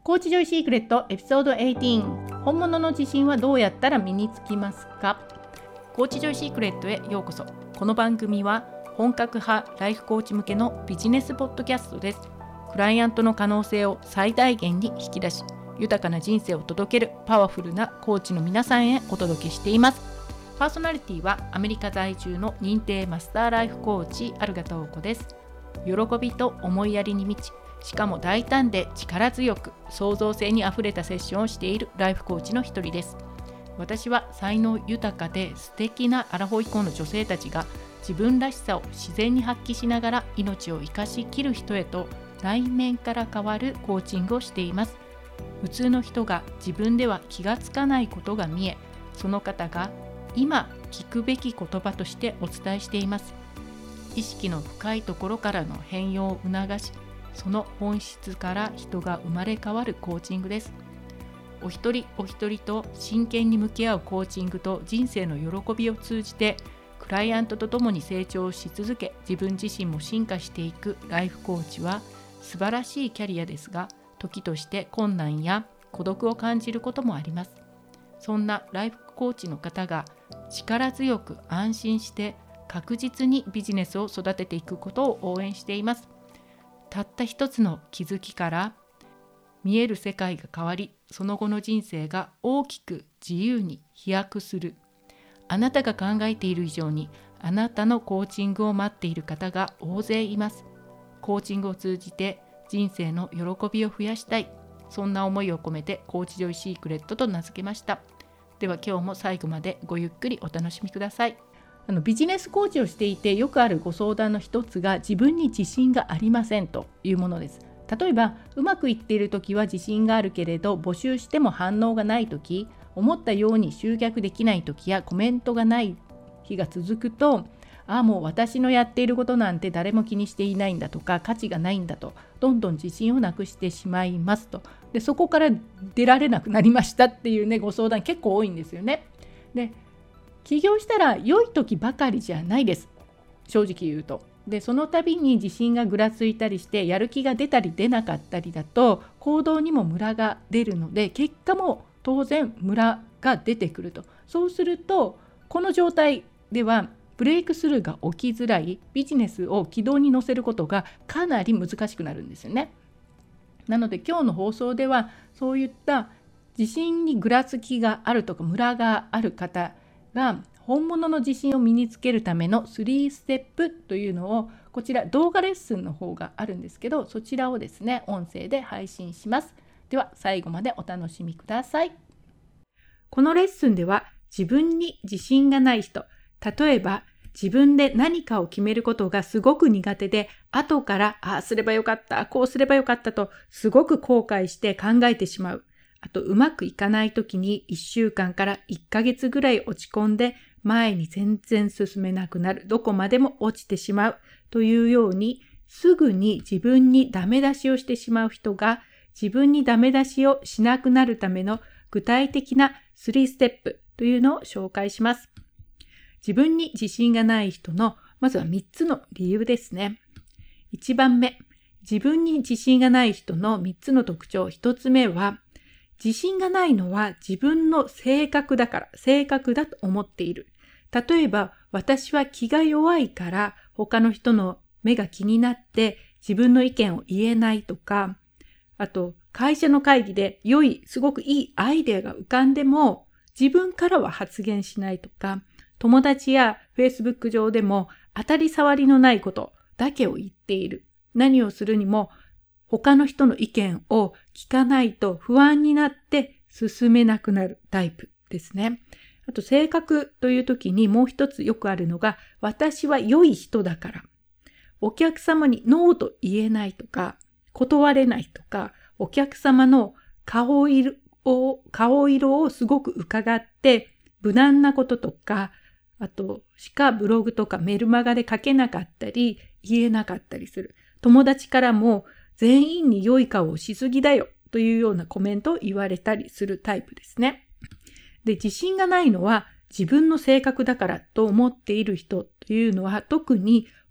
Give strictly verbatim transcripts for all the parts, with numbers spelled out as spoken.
コーチジョイシークレットエピソードじゅうはち。本物の自信はどうやったら身につきますか？コーチジョイシークレットへようこそ。この番組は本格派ライフコーチ向けのビジネスポッドキャストです。クライアントの可能性を最大限に引き出し、豊かな人生を届けるパワフルなコーチの皆さんへお届けしています。パーソナリティはアメリカ在住の認定マスターライフコーチアルガトーコです。喜びと思いやりに満ち、しかも大胆で力強く創造性にあふれたセッションをしているライフコーチの一人です。私は才能豊かで素敵なアラフォー以降の女性たちが自分らしさを自然に発揮しながら命を生かしきる人へと内面から変わるコーチングをしています。普通の人が自分では気がつかないことが見え、その方が今聞くべき言葉としてお伝えしています。意識の深いところからの変容を促し、その本質から人が生まれ変わるコーチングです。お一人お一人と真剣に向き合うコーチングと人生の喜びを通じて、クライアントと共に成長し続け、自分自身も進化していくライフコーチは素晴らしいキャリアですが、時として困難や孤独を感じることもあります。そんなライフコーチの方が力強く安心して確実にビジネスを育てていくことを応援しています。たった一つの気づきから見える世界が変わり、その後の人生が大きく自由に飛躍する。あなたが考えている以上にあなたのコーチングを待っている方が大勢います。コーチングを通じて人生の喜びを増やしたい、そんな思いを込めてコーチジョイシークレットと名付けました。では今日も最後までごゆっくりお楽しみください。あのビジネスコーチをしていてよくあるご相談の一つが、自分に自信がありませんというものです。例えばうまくいっている時は自信があるけれど、募集しても反応がない時、思ったように集客できない時やコメントがない日が続くと、ああもう私のやっていることなんて誰も気にしていないんだとか、価値がないんだと、どんどん自信をなくしてしまいますと。でそこから出られなくなりましたっていうね、ご相談結構多いんですよね。で起業したら良い時ばかりじゃないです、正直言うと。でその度に自信がぐらついたりして、やる気が出たり出なかったりだと行動にもムラが出るので、結果も当然ムラが出てくると。そうするとこの状態ではブレイクスルーが起きづらい、ビジネスを軌道に乗せることがかなり難しくなるんですよね。なので今日の放送では、そういった自信にぐらつきがあるとかムラがある方が本物の自信を身につけるためのスリーステップというのを、こちら動画レッスンの方があるんですけど、そちらをですね音声で配信します。では最後までお楽しみください。このレッスンでは、自分に自信がない人、例えば自分で何かを決めることがすごく苦手で、後からああすればよかった、こうすればよかったとすごく後悔して考えてしまう。あとうまくいかないときにいっしゅうかんからいっかげつぐらい落ち込んで、前に全然進めなくなる、どこまでも落ちてしまうというように、すぐに自分にダメ出しをしてしまう人が、自分にダメ出しをしなくなるための具体的なスリーステップというのを紹介します。自分に自信がない人のまずはみっつの理由ですね。いちばんめ、自分に自信がない人のみっつの特徴。ひとつめは、自信がないのは自分の性格だから、性格だと思っている。例えば、私は気が弱いから他の人の目が気になって自分の意見を言えないとか、あと会社の会議で良い、すごくいいアイデアが浮かんでも自分からは発言しないとか、友達や Facebook 上でも当たり障りのないことだけを言っている。何をするにも他の人の意見を聞かないと不安になって進めなくなるタイプですね。あと性格という時にもう一つよくあるのが、私は良い人だからお客様にノーと言えないとか、断れないとか、お客様の顔色を、顔色をすごく伺って無難なこととか、あとしかブログとかメルマガで書けなかったり言えなかったりする。友達からも全員に良い顔をしすぎだよというようなコメントを言われたりするタイプですね。で、自信がないのは自分の性格だからと思っている人というのは、特に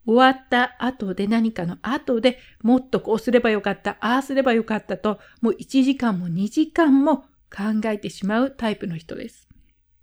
終わった後で何かの後でもっとこうすればよかった、ああすればよかったと、もういちじかんもにじかんも考えてしまうタイプの人です。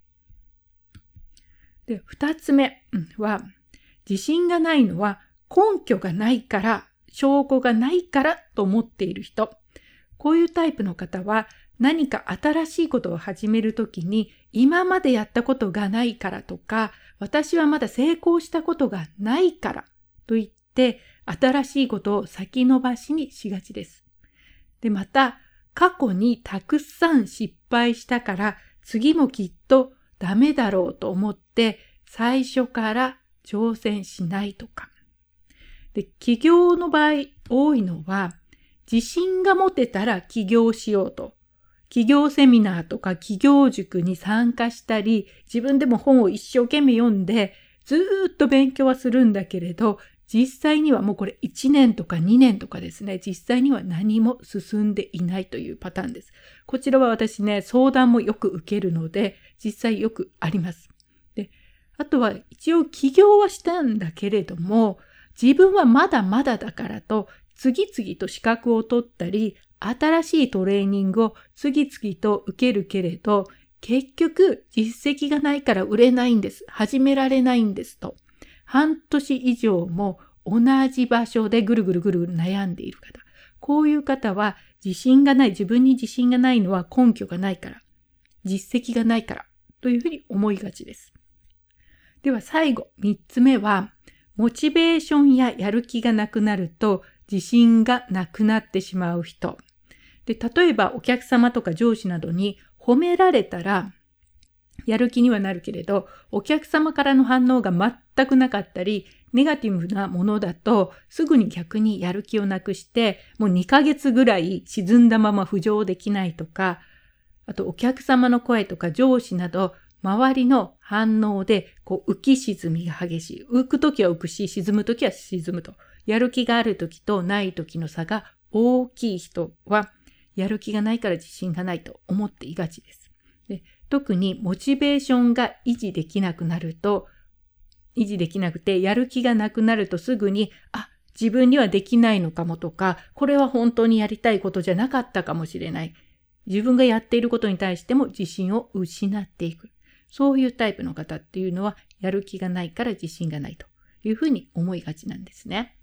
で、二つ目は、自信がないのは根拠がないから、証拠がないからと思っている人。こういうタイプの方は何か新しいことを始めるときに今までやったことがないからとか、私はまだ成功したことがないからと言って新しいことを先延ばしにしがちです。で、また過去にたくさん失敗したから次もきっとダメだろうと思って最初から挑戦しないとか。で、起業の場合多いのは自信が持てたら起業しようと。起業セミナーとか起業塾に参加したり、自分でも本を一生懸命読んで、ずーっと勉強はするんだけれど、実際にはもうこれいちねんとかにねんとかですね、実際には何も進んでいないというパターンです。こちらは私ね、相談もよく受けるので、実際よくあります。で、あとは一応起業はしたんだけれども、自分はまだまだだからと、次々と資格を取ったり、新しいトレーニングを次々と受けるけれど、結局実績がないから売れないんです。始められないんですと。半年以上も同じ場所でぐるぐるぐるぐる悩んでいる方。こういう方は自信がない、自分に自信がないのは根拠がないから、実績がないからというふうに思いがちです。では最後、三つ目は、モチベーションややる気がなくなると自信がなくなってしまう人。で、例えばお客様とか上司などに褒められたらやる気にはなるけれど、お客様からの反応が全くなかったり、ネガティブなものだとすぐに逆にやる気をなくして、もうにかげつぐらい沈んだまま浮上できないとか、あとお客様の声とか上司など、周りの反応でこう浮き沈みが激しい。浮くときは浮くし、沈むときは沈むと。やる気があるときとないときの差が大きい人は、やる気がないから自信がないと思っていがちです。で、特にモチベーションが維持できなくなると、維持できなくてやる気がなくなるとすぐに、あ、自分にはできないのかもとか、これは本当にやりたいことじゃなかったかもしれない。自分がやっていることに対しても自信を失っていく。そういうタイプの方っていうのは、やる気がないから自信がないというふうに思いがちなんですね。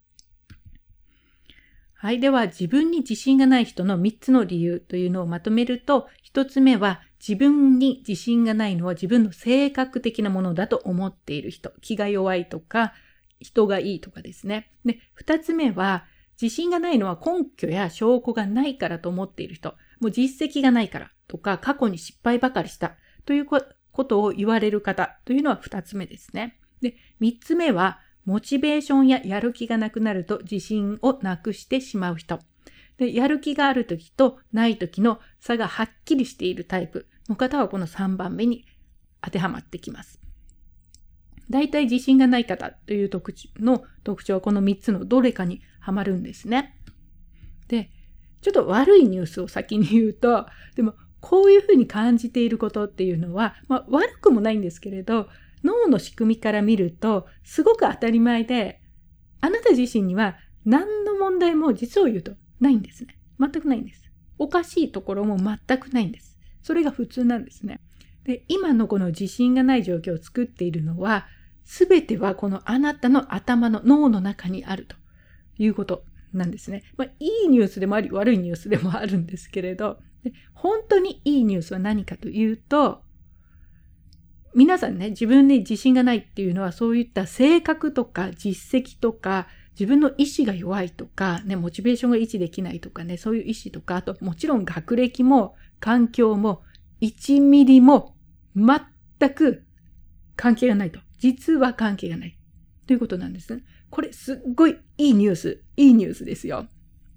はい。では、自分に自信がない人のみっつの理由というのをまとめると、ひとつめは、自分に自信がないのは自分の性格的なものだと思っている人。気が弱いとか、人がいいとかですね。で、ふたつめは、自信がないのは根拠や証拠がないからと思っている人。もう実績がないからとか、過去に失敗ばかりしたということを言われる方というのはふたつめですね。で、みっつめは、モチベーションややる気がなくなると自信をなくしてしまう人。で、やる気があるときとないときの差がはっきりしているタイプの方はこのさんばんめに当てはまってきます。だいたい自信がない方という特徴の特徴はこのみっつのどれかにはまるんですね。で、ちょっと悪いニュースを先に言うと、でもこういうふうに感じていることっていうのは、まあ悪くもないんですけれど、脳の仕組みから見るとすごく当たり前で、あなた自身には何の問題も実を言うとないんですね。全くないんです。おかしいところも全くないんです。それが普通なんですね。で、今のこの自信がない状況を作っているのは、すべてはこのあなたの頭の脳の中にあるということなんですね。まあ、いいニュースでもあり、悪いニュースでもあるんですけれど、で本当にいいニュースは何かというと、皆さんね、自分に自信がないっていうのはそういった性格とか実績とか自分の意志が弱いとか、ね、モチベーションが維持できないとかね、そういう意志とか、あともちろん学歴も環境もいちミリも全く関係がないと。実は関係がないということなんですね。これすっごいいいニュース、いいニュースですよ。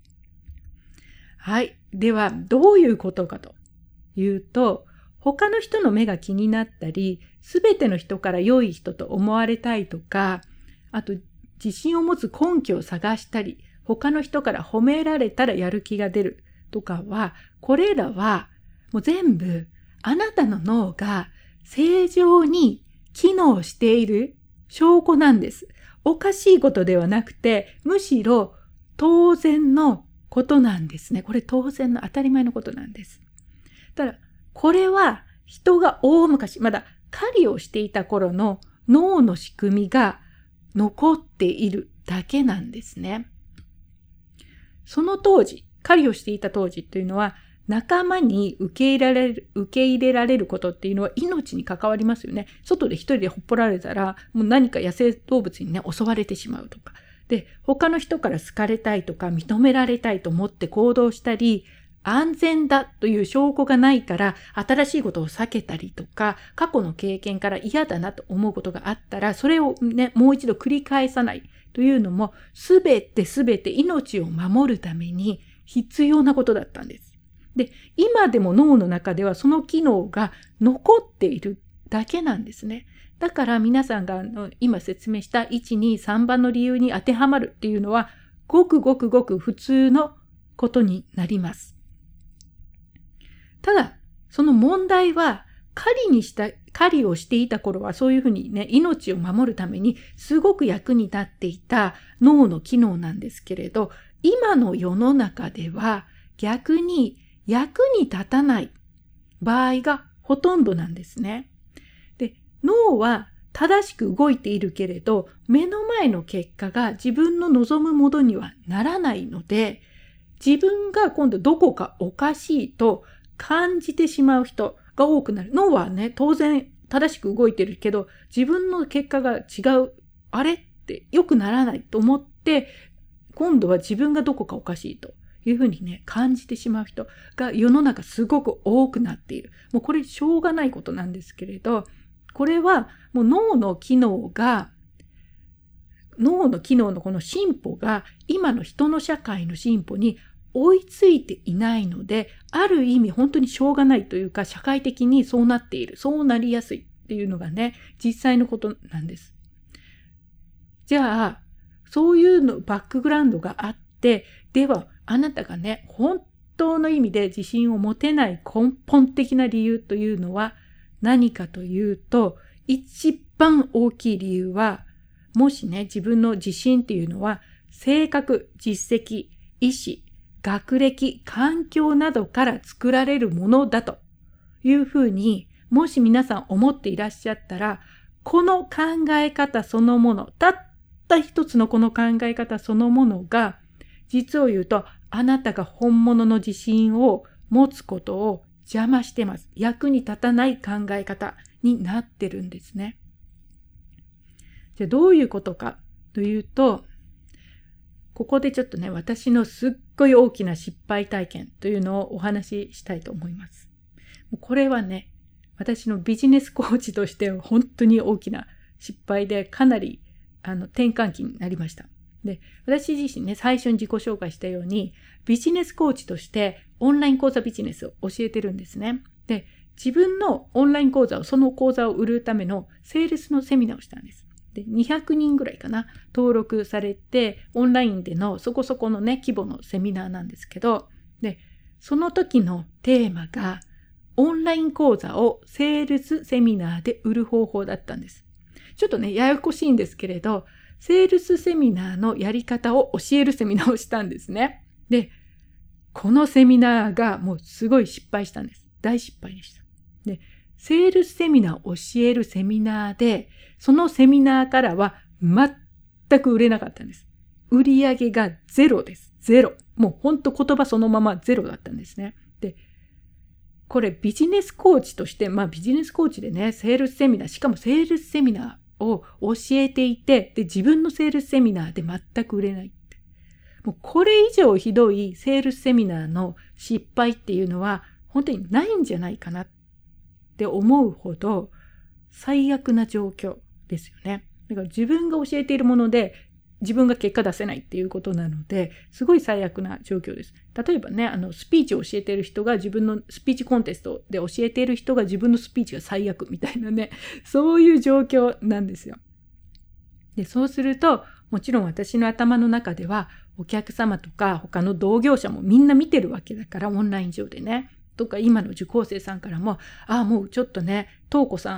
はい。では、どういうことかというと、他の人の目が気になったり、すべての人から良い人と思われたいとか、あと自信を持つ根拠を探したり、他の人から褒められたらやる気が出るとかは、これらはもう全部あなたの脳が正常に機能している証拠なんです。 おかしいことではなくて、むしろ当然のことなんですね。これ当然の当たり前のことなんです。ただ、これは人が大昔、まだ狩りをしていた頃の脳の仕組みが残っているだけなんですね。その当時、狩りをしていた当時というのは、仲間に受け入れられる、受け入れられることっていうのは命に関わりますよね。外で一人でほっぽられたら、もう何か野生動物にね、襲われてしまうとか。で、他の人から好かれたいとか、認められたいと思って行動したり、安全だという証拠がないから、新しいことを避けたりとか、過去の経験から嫌だなと思うことがあったら、それをね、もう一度繰り返さないというのも、すべてすべて命を守るために必要なことだったんです。で、今でも脳の中ではその機能が残っているだけなんですね。だから皆さんが今説明したいち、に、さんばんの理由に当てはまるっていうのは、ごくごくごく普通のことになります。ただ、その問題は、狩りにした、狩りをしていた頃はそういうふうにね、命を守るためにすごく役に立っていた脳の機能なんですけれど、今の世の中では逆に役に立たない場合がほとんどなんですね。で、脳は正しく動いているけれど、目の前の結果が自分の望むものにはならないので、自分が今度どこかおかしいと感じてしまう人が多くなる。脳はね、当然正しく動いてるけど、自分の結果が違う。あれって良くならないと思って、今度は自分がどこかおかしいというふうにね、感じてしまう人が世の中すごく多くなっている。もうこれしょうがないことなんですけれど、これはもう脳の機能が、脳の機能のこの進歩が今の人の社会の進歩に追いついていないので、ある意味本当にしょうがないというか、社会的にそうなっている、そうなりやすいっていうのがね、実際のことなんです。じゃあ、そういうのバックグラウンドがあって、ではあなたがね、本当の意味で自信を持てない根本的な理由というのは何かというと、一番大きい理由は、もしね、自分の自信っていうのは、性格、実績、意思、学歴、環境などから作られるものだというふうに、もし皆さん思っていらっしゃったら、この考え方そのもの、たった一つのこの考え方そのものが、実を言うと、あなたが本物の自信を持つことを邪魔してます。役に立たない考え方になってるんですね。じゃあどういうことかというと、ここでちょっとね、私のすっごい大きな失敗体験というのをお話ししたいと思います。これはね、私のビジネスコーチとしては本当に大きな失敗で、かなりあの転換期になりました。で、私自身ね、最初に自己紹介したように、ビジネスコーチとしてオンライン講座ビジネスを教えてるんですね。で、自分のオンライン講座を、その講座を売るためのセールスのセミナーをしたんです。で、にひゃくにんぐらいかな、登録されて、オンラインでのそこそこのね、規模のセミナーなんですけど、で、その時のテーマが、オンライン講座をセールスセミナーで売る方法だったんです。ちょっとね、ややこしいんですけれど、セールスセミナーのやり方を教えるセミナーをしたんですね。で、このセミナーがもうすごい失敗したんです。大失敗でした。で、セールスセミナーを教えるセミナーで、そのセミナーからは全く売れなかったんです。売り上げがゼロです。ゼロ。もうほんと言葉そのままゼロだったんですね。で、これビジネスコーチとして、まあビジネスコーチでね、セールスセミナー、しかもセールスセミナーを教えていて、で、自分のセールスセミナーで全く売れないって。もうこれ以上ひどいセールスセミナーの失敗っていうのは本当にないんじゃないかなって思うほど最悪な状況ですよね。だから自分が教えているもので自分が結果出せないっていうことなので、すごい最悪な状況です。例えばね、あのスピーチを教えている人が自分のスピーチコンテストで教えている人が自分のスピーチが最悪みたいなね、そういう状況なんですよ。で、そうすると、もちろん私の頭の中ではお客様とか他の同業者もみんな見てるわけだから、オンライン上でね。とか今の受講生さんからも、ああ、もうちょっとね、東子さん、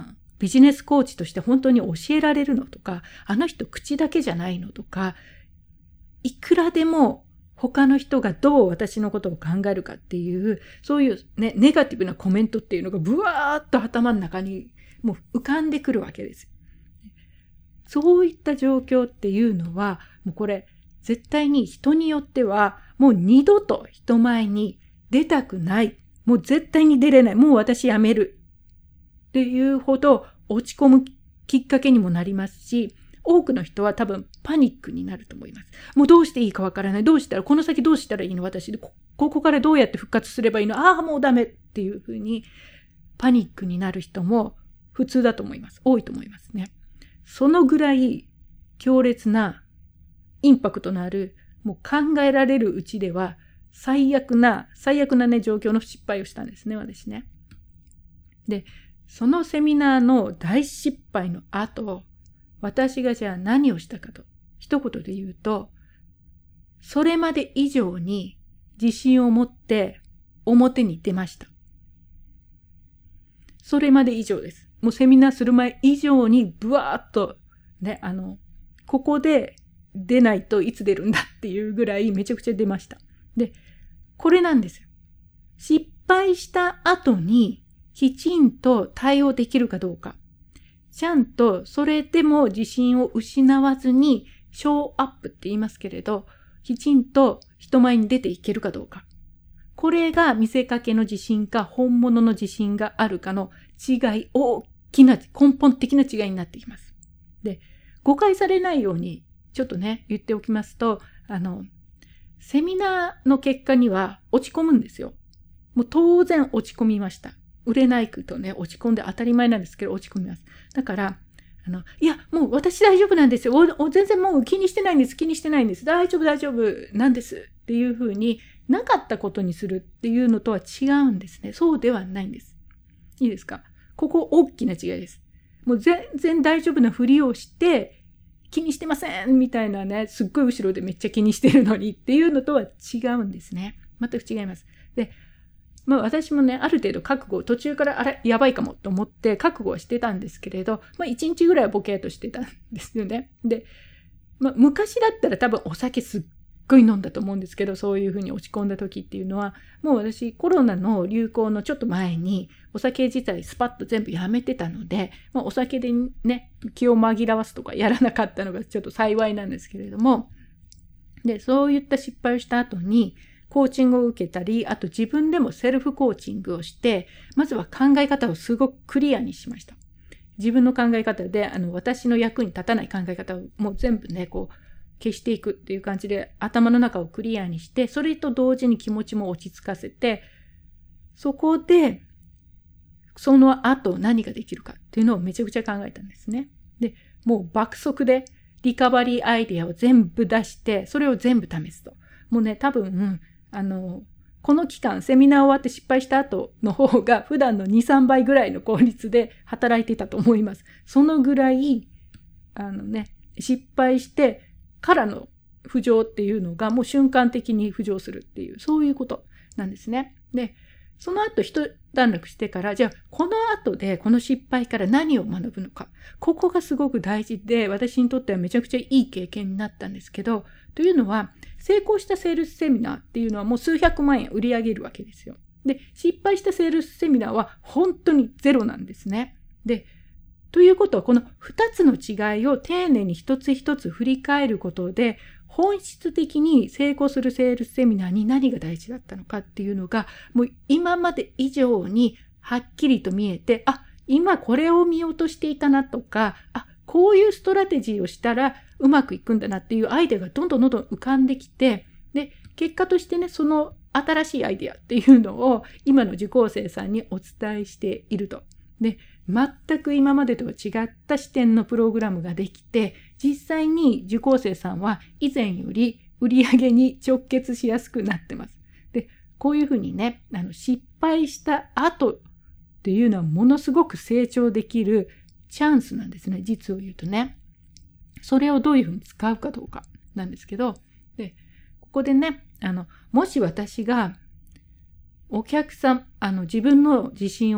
ビジネスコーチとして本当に教えられるのとか、あの人口だけじゃないのとか、いくらでも他の人がどう私のことを考えるかっていう、そういうね、ネガティブなコメントっていうのがブワーっと頭の中にもう浮かんでくるわけです。そういった状況っていうのは、もうこれ絶対に人によってはもう二度と人前に出たくない。もう絶対に出れない。もう私やめる。っていうほど落ち込むきっかけにもなりますし、多くの人は多分パニックになると思います。もうどうしていいかわからない。どうしたら、この先どうしたらいいの私で、ここからどうやって復活すればいいのああ、もうダメっていうふうにパニックになる人も普通だと思います。多いと思いますね。そのぐらい強烈なインパクトのある、もう考えられるうちでは最悪な、最悪なね、状況の失敗をしたんですね、私ね。で、そのセミナーの大失敗の後、私がじゃあ何をしたかと、一言で言うと、それまで以上に自信を持って表に出ました。それまで以上です。もうセミナーする前以上にブワーっとね、あの、ここで出ないといつ出るんだっていうぐらいめちゃくちゃ出ました。で、これなんですよ。失敗した後にきちんと対応できるかどうか。ちゃんとそれでも自信を失わずにショーアップって言いますけれど、きちんと人前に出ていけるかどうか。これが見せかけの自信か本物の自信があるかの違い、大きな根本的な違いになってきます。で、誤解されないようにちょっとね、言っておきますと、あの、セミナーの結果には落ち込むんですよ。もう当然落ち込みました。売れないとね、落ち込んで当たり前なんですけど、落ち込みます。だから、あの、いや、もう私大丈夫なんですよ。おお全然もう気にしてないんです。気にしてないんです。大丈夫、大丈夫なんです。っていうふうになかったことにするっていうのとは違うんですね。そうではないんです。いいですか？ここ大きな違いです。もう全然大丈夫なふりをして、気にしてませんみたいなね、すっごい後ろでめっちゃ気にしてるのにっていうのとは違うんですね。全く違います。で、まあ私もね、ある程度覚悟を途中からあれ、やばいかもと思って覚悟はしてたんですけれど、まあ一日ぐらいはボケーとしてたんですよね。で、まあ昔だったら多分お酒すっごい飲んだと思うんですけど、そういうふうに落ち込んだ時っていうのは、もう私コロナの流行のちょっと前にお酒自体スパッと全部やめてたので、まあお酒でね、気を紛らわすとかやらなかったのがちょっと幸いなんですけれども、で、そういった失敗をした後に、コーチングを受けたり、あと自分でもセルフコーチングをして、まずは考え方をすごくクリアにしました。自分の考え方で、あの、私の役に立たない考え方をもう全部ね、こう、消していくっていう感じで、頭の中をクリアにして、それと同時に気持ちも落ち着かせて、そこで、その後何ができるかっていうのをめちゃくちゃ考えたんですね。で、もう爆速でリカバリーアイデアを全部出して、それを全部試すと。もうね、多分、あの、この期間、セミナー終わって失敗した後の方が普段のに、さんばいぐらいの効率で働いていたと思います。そのぐらい、あのね、失敗してからの浮上っていうのがもう瞬間的に浮上するっていう、そういうことなんですね。で、その後一段落してから、じゃあこの後でこの失敗から何を学ぶのか。ここがすごく大事で、私にとってはめちゃくちゃいい経験になったんですけど、というのは、成功したセールスセミナーっていうのはもう数百万円売り上げるわけですよ。で、失敗したセールスセミナーは本当にゼロなんですね。で、ということはこのふたつの違いを丁寧に一つ一つ振り返ることで、本質的に成功するセールスセミナーに何が大事だったのかっていうのが、もう今まで以上にはっきりと見えて、あ、今これを見落としていたなとか、あ、こういうストラテジーをしたらうまくいくんだなっていうアイデアがどんどんどんどん浮かんできて、で、結果としてね、その新しいアイデアっていうのを今の受講生さんにお伝えしていると。で、全く今までとは違った視点のプログラムができて、実際に受講生さんは以前より売り上げに直結しやすくなってます。で、こういうふうにね、あの失敗した後っていうのはものすごく成長できるチャンスなんですね。実を言うとね。それをどういうふうに使うかどうかなんですけど、で、ここでね、あの、もし私がお客さん、あの自分の自信を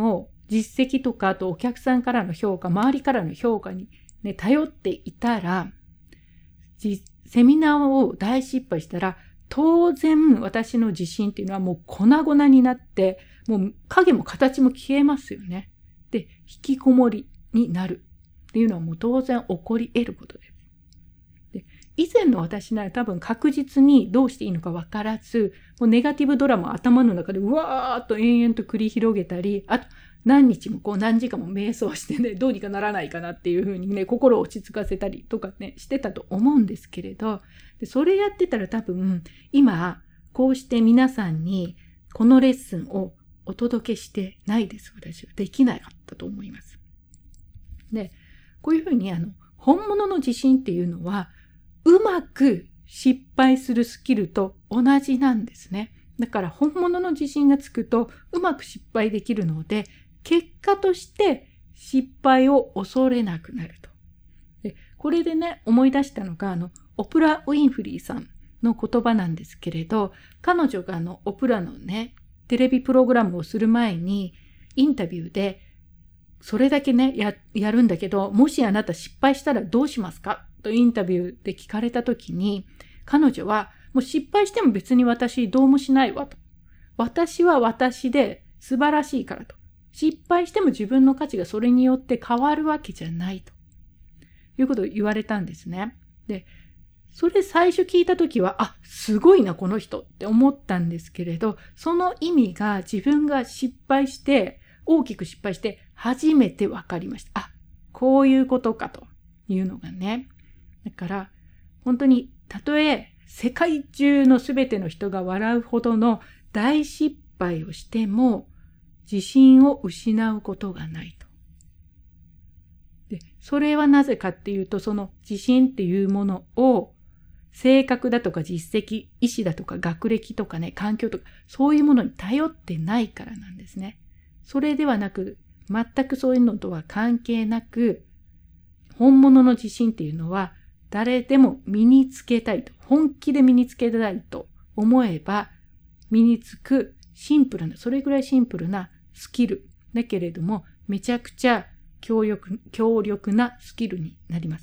実績とか、あとお客さんからの評価、周りからの評価に、ね、頼っていたら、セミナーを大失敗したら、当然私の自信っていうのはもう粉々になって、もう影も形も消えますよね。で、引きこもりになるっていうのはもう当然起こり得ることです。で、以前の私なら多分確実にどうしていいのか分からず、もうネガティブドラマを頭の中でうわーっと延々と繰り広げたり、あと何日もこう何時間も瞑想してね、どうにかならないかなっていうふうにね、心を落ち着かせたりとかね、してたと思うんですけれど、でそれやってたら多分今こうして皆さんにこのレッスンをお届けしてないです。私はできなかったと思います。で、こういうふうにあの本物の自信っていうのはうまく失敗するスキルと同じなんですね。だから本物の自信がつくとうまく失敗できるので、結果として失敗を恐れなくなると。で、これでね、思い出したのがあのオプラ・ウィンフリーさんの言葉なんですけれど、彼女があのオプラのね、テレビプログラムをする前にインタビューで、それだけね や, やるんだけど、もしあなた失敗したらどうしますかとインタビューで聞かれたときに、彼女はもう失敗しても別に私どうもしないわと。私は私で素晴らしいからと。失敗しても自分の価値がそれによって変わるわけじゃないということを言われたんですね。で、それ最初聞いたときは、あ、すごいなこの人って思ったんですけれど、その意味が自分が失敗して、大きく失敗して初めて分かりました。あ、こういうことかというのがね。だから本当にたとえ世界中のすべての人が笑うほどの大失敗をしても自信を失うことがないと。で、それはなぜかっていうと、その自信っていうものを性格だとか実績、意思だとか学歴とかね、環境とかそういうものに頼ってないからなんですね。それではなく、全くそういうのとは関係なく、本物の自信っていうのは誰でも身につけたいと、本気で身につけたいと思えば身につくシンプルな、それぐらいシンプルなスキルだけれども、めちゃくちゃ強力、強力なスキルになります。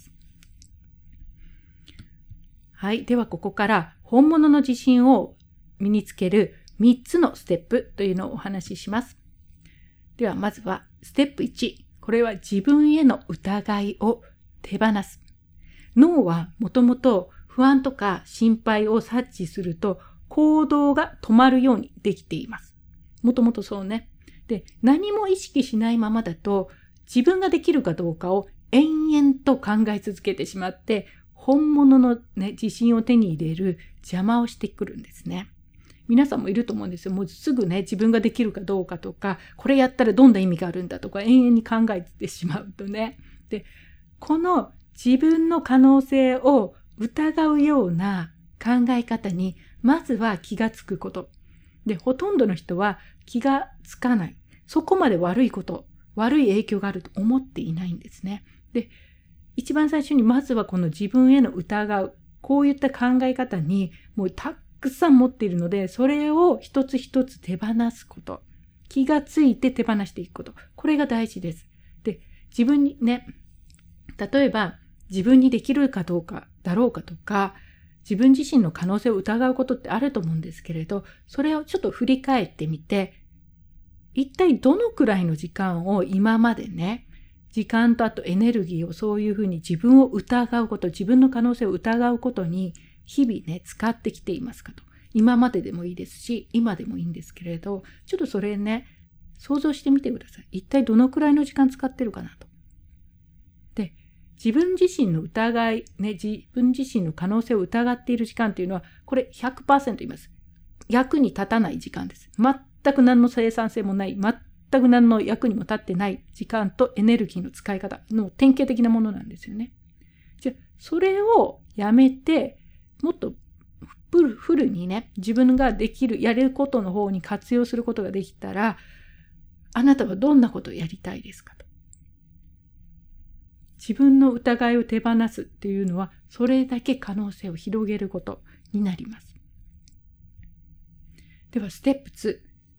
はい。ではここから本物の自信を身につけるみっつのステップというのをお話しします。ではまずはステップいち。これは自分への疑いを手放す。脳はもともと不安とか心配を察知すると行動が止まるようにできています。もともとそうね。で、何も意識しないままだと自分ができるかどうかを延々と考え続けてしまって、本物の、ね、自信を手に入れる邪魔をしてくるんですね。皆さんもいると思うんですよ。もうすぐね、自分ができるかどうかとか、これやったらどんな意味があるんだとか、延々に考えてしまうとね。で、この自分の可能性を疑うような考え方に、まずは気がつくこと。で、ほとんどの人は気がつかない。そこまで悪いこと、悪い影響があると思っていないんですね。で、一番最初にまずはこの自分への疑う、こういった考え方にもうたくさん持っているので、それを一つ一つ手放すこと。気がついて手放していくこと。これが大事です。で、自分にね、例えば自分にできるかどうかだろうかとか、自分自身の可能性を疑うことってあると思うんですけれど、それをちょっと振り返ってみて、一体どのくらいの時間を今までね、時間とあとエネルギーをそういうふうに自分を疑うこと、自分の可能性を疑うことに日々ね、使ってきていますかと。今まででもいいですし、今でもいいんですけれど、ちょっとそれね、想像してみてください。一体どのくらいの時間使ってるかなと。で、自分自身の疑い、ね、自分自身の可能性を疑っている時間っていうのは、これ ひゃくパーセント 言います。役に立たない時間です。全く何の生産性もない、全く何の役にも立ってない時間とエネルギーの使い方の典型的なものなんですよね。じゃあ、それをやめて、もっとフルにね、自分ができる、やれることの方に活用することができたら、あなたはどんなことをやりたいですかと。自分の疑いを手放すっていうのは、それだけ可能性を広げることになります。では、ステップに。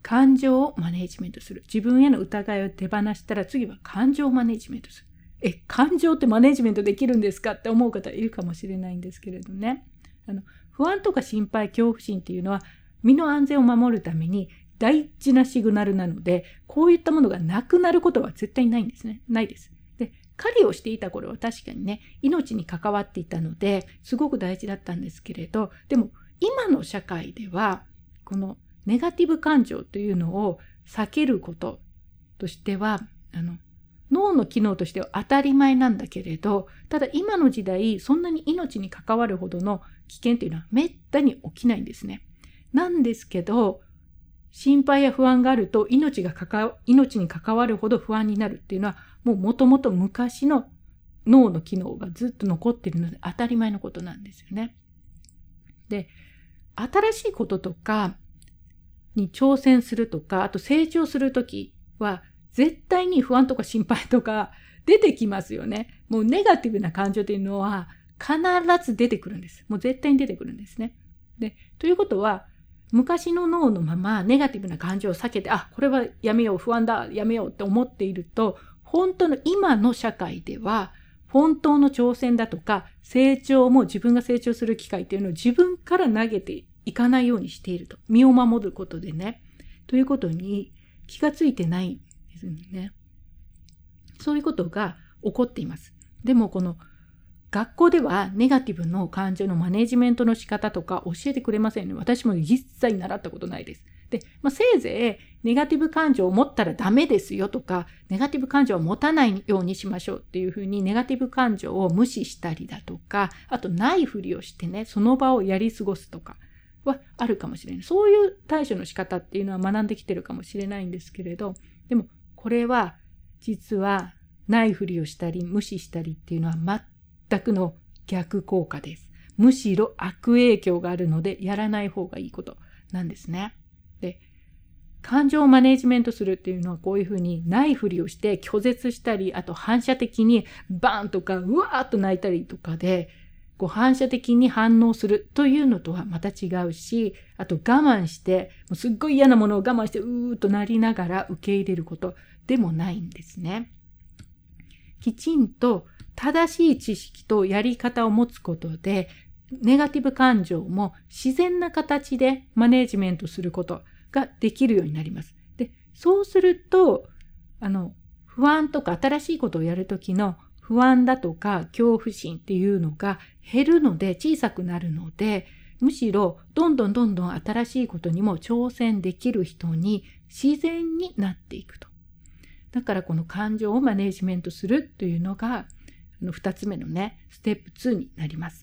感情をマネージメントする。自分への疑いを手放したら次は感情をマネージメントする。え、感情ってマネージメントできるんですかって思う方いるかもしれないんですけれどね。あの不安とか心配、恐怖心っていうのは身の安全を守るために大事なシグナルなので、こういったものがなくなることは絶対ないんですね。ないです。で、狩りをしていた頃は確かにね、命に関わっていたので、すごく大事だったんですけれど、でも今の社会では、このネガティブ感情というのを避けることとしては、あの、脳の機能としては当たり前なんだけれど、ただ今の時代、そんなに命に関わるほどの危険というのはめったに起きないんですね。なんですけど、心配や不安があると命がかか命に関わるほど不安になるっていうのは、もうもともと昔の脳の機能がずっと残っているので当たり前のことなんですよね。で、新しいこととかに挑戦するとか、あと成長するときは絶対に不安とか心配とか出てきますよね。もうネガティブな感情というのは必ず出てくるんです。もう絶対に出てくるんですね。で、ということは、昔の脳のままネガティブな感情を避けて、あ、これはやめよう、不安だ、やめようって思っていると、本当の今の社会では、本当の挑戦だとか、成長も自分が成長する機会っていうのを自分から投げていかないようにしていると。身を守ることでね。ということに気がついてないんですね。そういうことが起こっています。でもこの学校ではネガティブの感情のマネジメントの仕方とか教えてくれませんね。私も一切習ったことないです。で、まあ、せいぜいネガティブ感情を持ったらダメですよとか、ネガティブ感情を持たないようにしましょうっていうふうにネガティブ感情を無視したりだとか、あとないふりをしてね、その場をやり過ごすとかはあるかもしれない。そういう対処の仕方っていうのは学んできてるかもしれないんですけれど、でもこれは実はないふりをしたり無視したりっていうのは全全くの逆効果です。むしろ悪影響があるのでやらない方がいいことなんですね。で、感情をマネジメントするっていうのはこういうふうにないふりをして拒絶したり、あと反射的にバーンとかうわーっと泣いたりとかでこう反射的に反応するというのとはまた違うし、あと我慢してもうすっごい嫌なものを我慢してうーっとなりながら受け入れることでもないんですね。きちんと正しい知識とやり方を持つことで、ネガティブ感情も自然な形でマネージメントすることができるようになります。で、そうすると、あの、不安とか新しいことをやるときの不安だとか恐怖心っていうのが減るので、小さくなるので、むしろどんどんどんどん新しいことにも挑戦できる人に自然になっていくと。だからこの感情をマネージメントするというのが、ふたつめのね、ステップツーになります。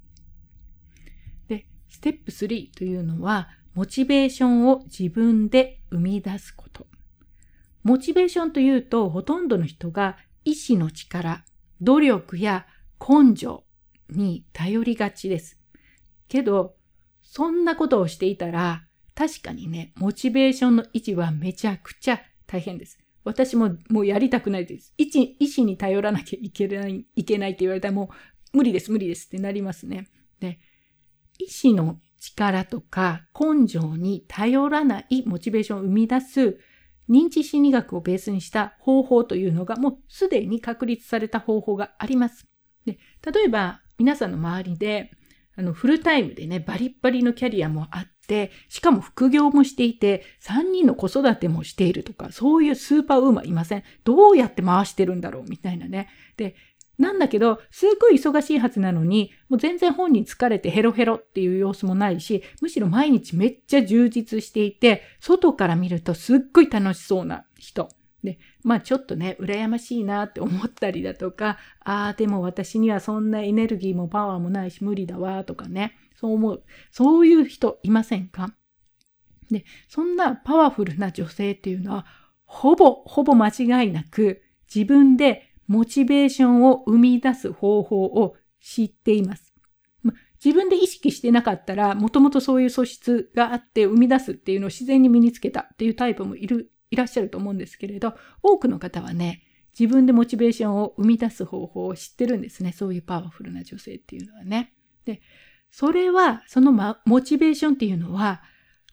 で、ステップスリーというのは、モチベーションを自分で生み出すこと。モチベーションというと、ほとんどの人が意志の力、努力や根性に頼りがちです。けど、そんなことをしていたら、確かにね、モチベーションの維持はめちゃくちゃ大変です。私ももうやりたくないです。意志、意志に頼らなきゃいけない、いけないって言われたらもう無理です、無理ですってなりますね。で、意志の力とか根性に頼らないモチベーションを生み出す認知心理学をベースにした方法というのがもうすでに確立された方法があります。で、例えば皆さんの周りであのフルタイムでね、バリッバリのキャリアもあって、しかも副業もしていて、さんにんの子育てもしているとか、そういうスーパーウーマンいません？どうやって回してるんだろうみたいなね。で、なんだけど、すっごい忙しいはずなのに、もう全然本人疲れてヘロヘロっていう様子もないし、むしろ毎日めっちゃ充実していて、外から見るとすっごい楽しそうな人。で、まあちょっとね、羨ましいなって思ったりだとか、ああ、でも私にはそんなエネルギーもパワーもないし無理だわとかね、そう思う。そういう人いませんか？で、そんなパワフルな女性っていうのは、ほぼ、ほぼ間違いなく自分でモチベーションを生み出す方法を知っています。ま、自分で意識してなかったら、もともとそういう素質があって生み出すっていうのを自然に身につけたっていうタイプもいる、いらっしゃると思うんですけれど、多くの方はね、自分でモチベーションを生み出す方法を知ってるんですね。そういうパワフルな女性っていうのはね。で、それは、その、ま、モチベーションっていうのは、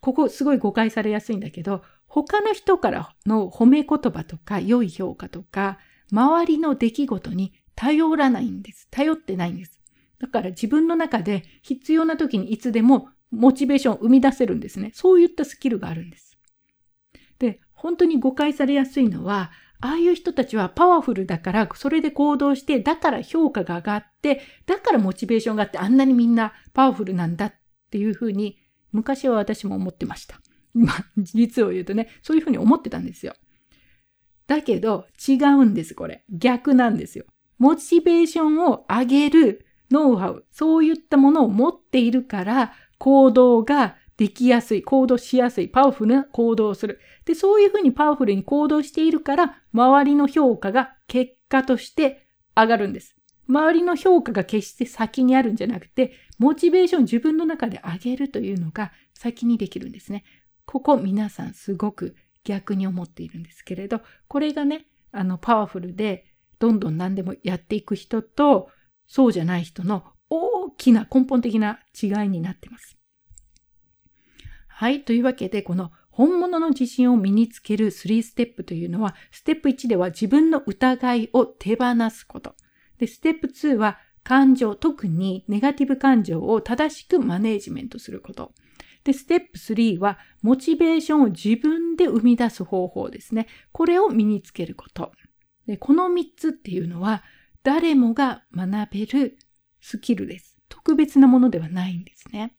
ここすごい誤解されやすいんだけど、他の人からの褒め言葉とか良い評価とか、周りの出来事に頼らないんです。頼ってないんです。だから自分の中で必要な時にいつでもモチベーションを生み出せるんですね。そういったスキルがあるんです。で、本当に誤解されやすいのは、ああいう人たちはパワフルだから、それで行動して、だから評価が上がって、だからモチベーションがあって、あんなにみんなパワフルなんだっていうふうに、昔は私も思ってました。まあ、実を言うとね、そういうふうに思ってたんですよ。だけど、違うんです、これ。逆なんですよ。モチベーションを上げるノウハウ、そういったものを持っているから、行動ができやすい、行動しやすい、パワフルな行動をする。で、そういうふうにパワフルに行動しているから、周りの評価が結果として上がるんです。周りの評価が決して先にあるんじゃなくて、モチベーションを自分の中で上げるというのが先にできるんですね。ここ皆さんすごく逆に思っているんですけれど、これがね、あのパワフルでどんどん何でもやっていく人と、そうじゃない人の大きな根本的な違いになっています。はい。というわけで、この本物の自信を身につけるスリーステップというのは、ステップいちでは自分の疑いを手放すこと。で、ステップツーは感情、特にネガティブ感情を正しくマネージメントすること。で、ステップスリーはモチベーションを自分で生み出す方法ですね。これを身につけること。で、このみっつっていうのは、誰もが学べるスキルです。特別なものではないんですね。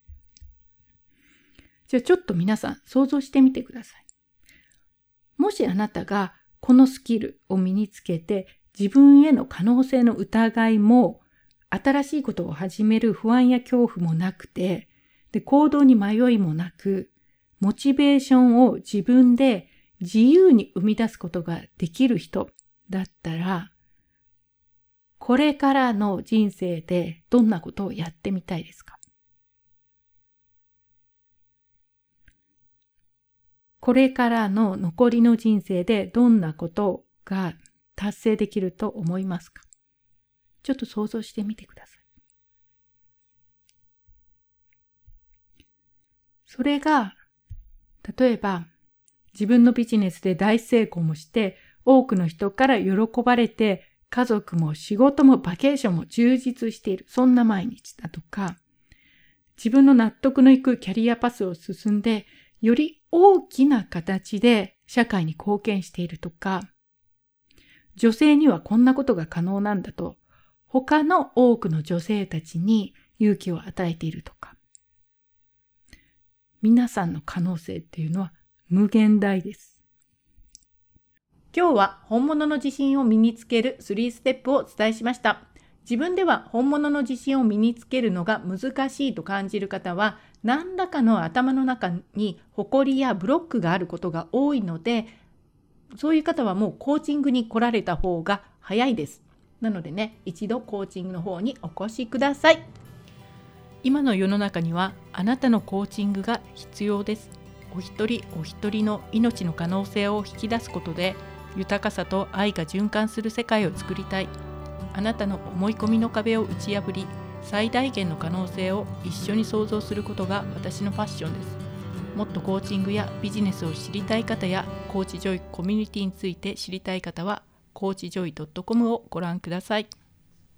じゃあちょっと皆さん想像してみてください。もしあなたがこのスキルを身につけて自分への可能性の疑いも新しいことを始める不安や恐怖もなくて、で行動に迷いもなく、モチベーションを自分で自由に生み出すことができる人だったら、これからの人生でどんなことをやってみたいですか？これからの残りの人生でどんなことが達成できると思いますか？ちょっと想像してみてください。それが、例えば自分のビジネスで大成功もして多くの人から喜ばれて家族も仕事もバケーションも充実している、そんな毎日だとか、自分の納得のいくキャリアパスを進んでより大きな形で社会に貢献しているとか、女性にはこんなことが可能なんだと他の多くの女性たちに勇気を与えているとか、皆さんの可能性っていうのは無限大です。 今日は本物の自信を身につけるスリーステップをお伝えしました。自分では本物の自信を身につけるのが難しいと感じる方は、何らかの頭の中に誇りやブロックがあることが多いので、そういう方はもうコーチングに来られた方が早いです。なのでね、一度コーチングの方にお越しください。今の世の中にはあなたのコーチングが必要です。お一人お一人の命の可能性を引き出すことで、豊かさと愛が循環する世界を作りたい。あなたの思い込みの壁を打ち破り、最大限の可能性を一緒に創造することが私のファッションです。もっとコーチングやビジネスを知りたい方や、コーチジョイコミュニティについて知りたい方は、コーチジョイドットコムをご覧ください。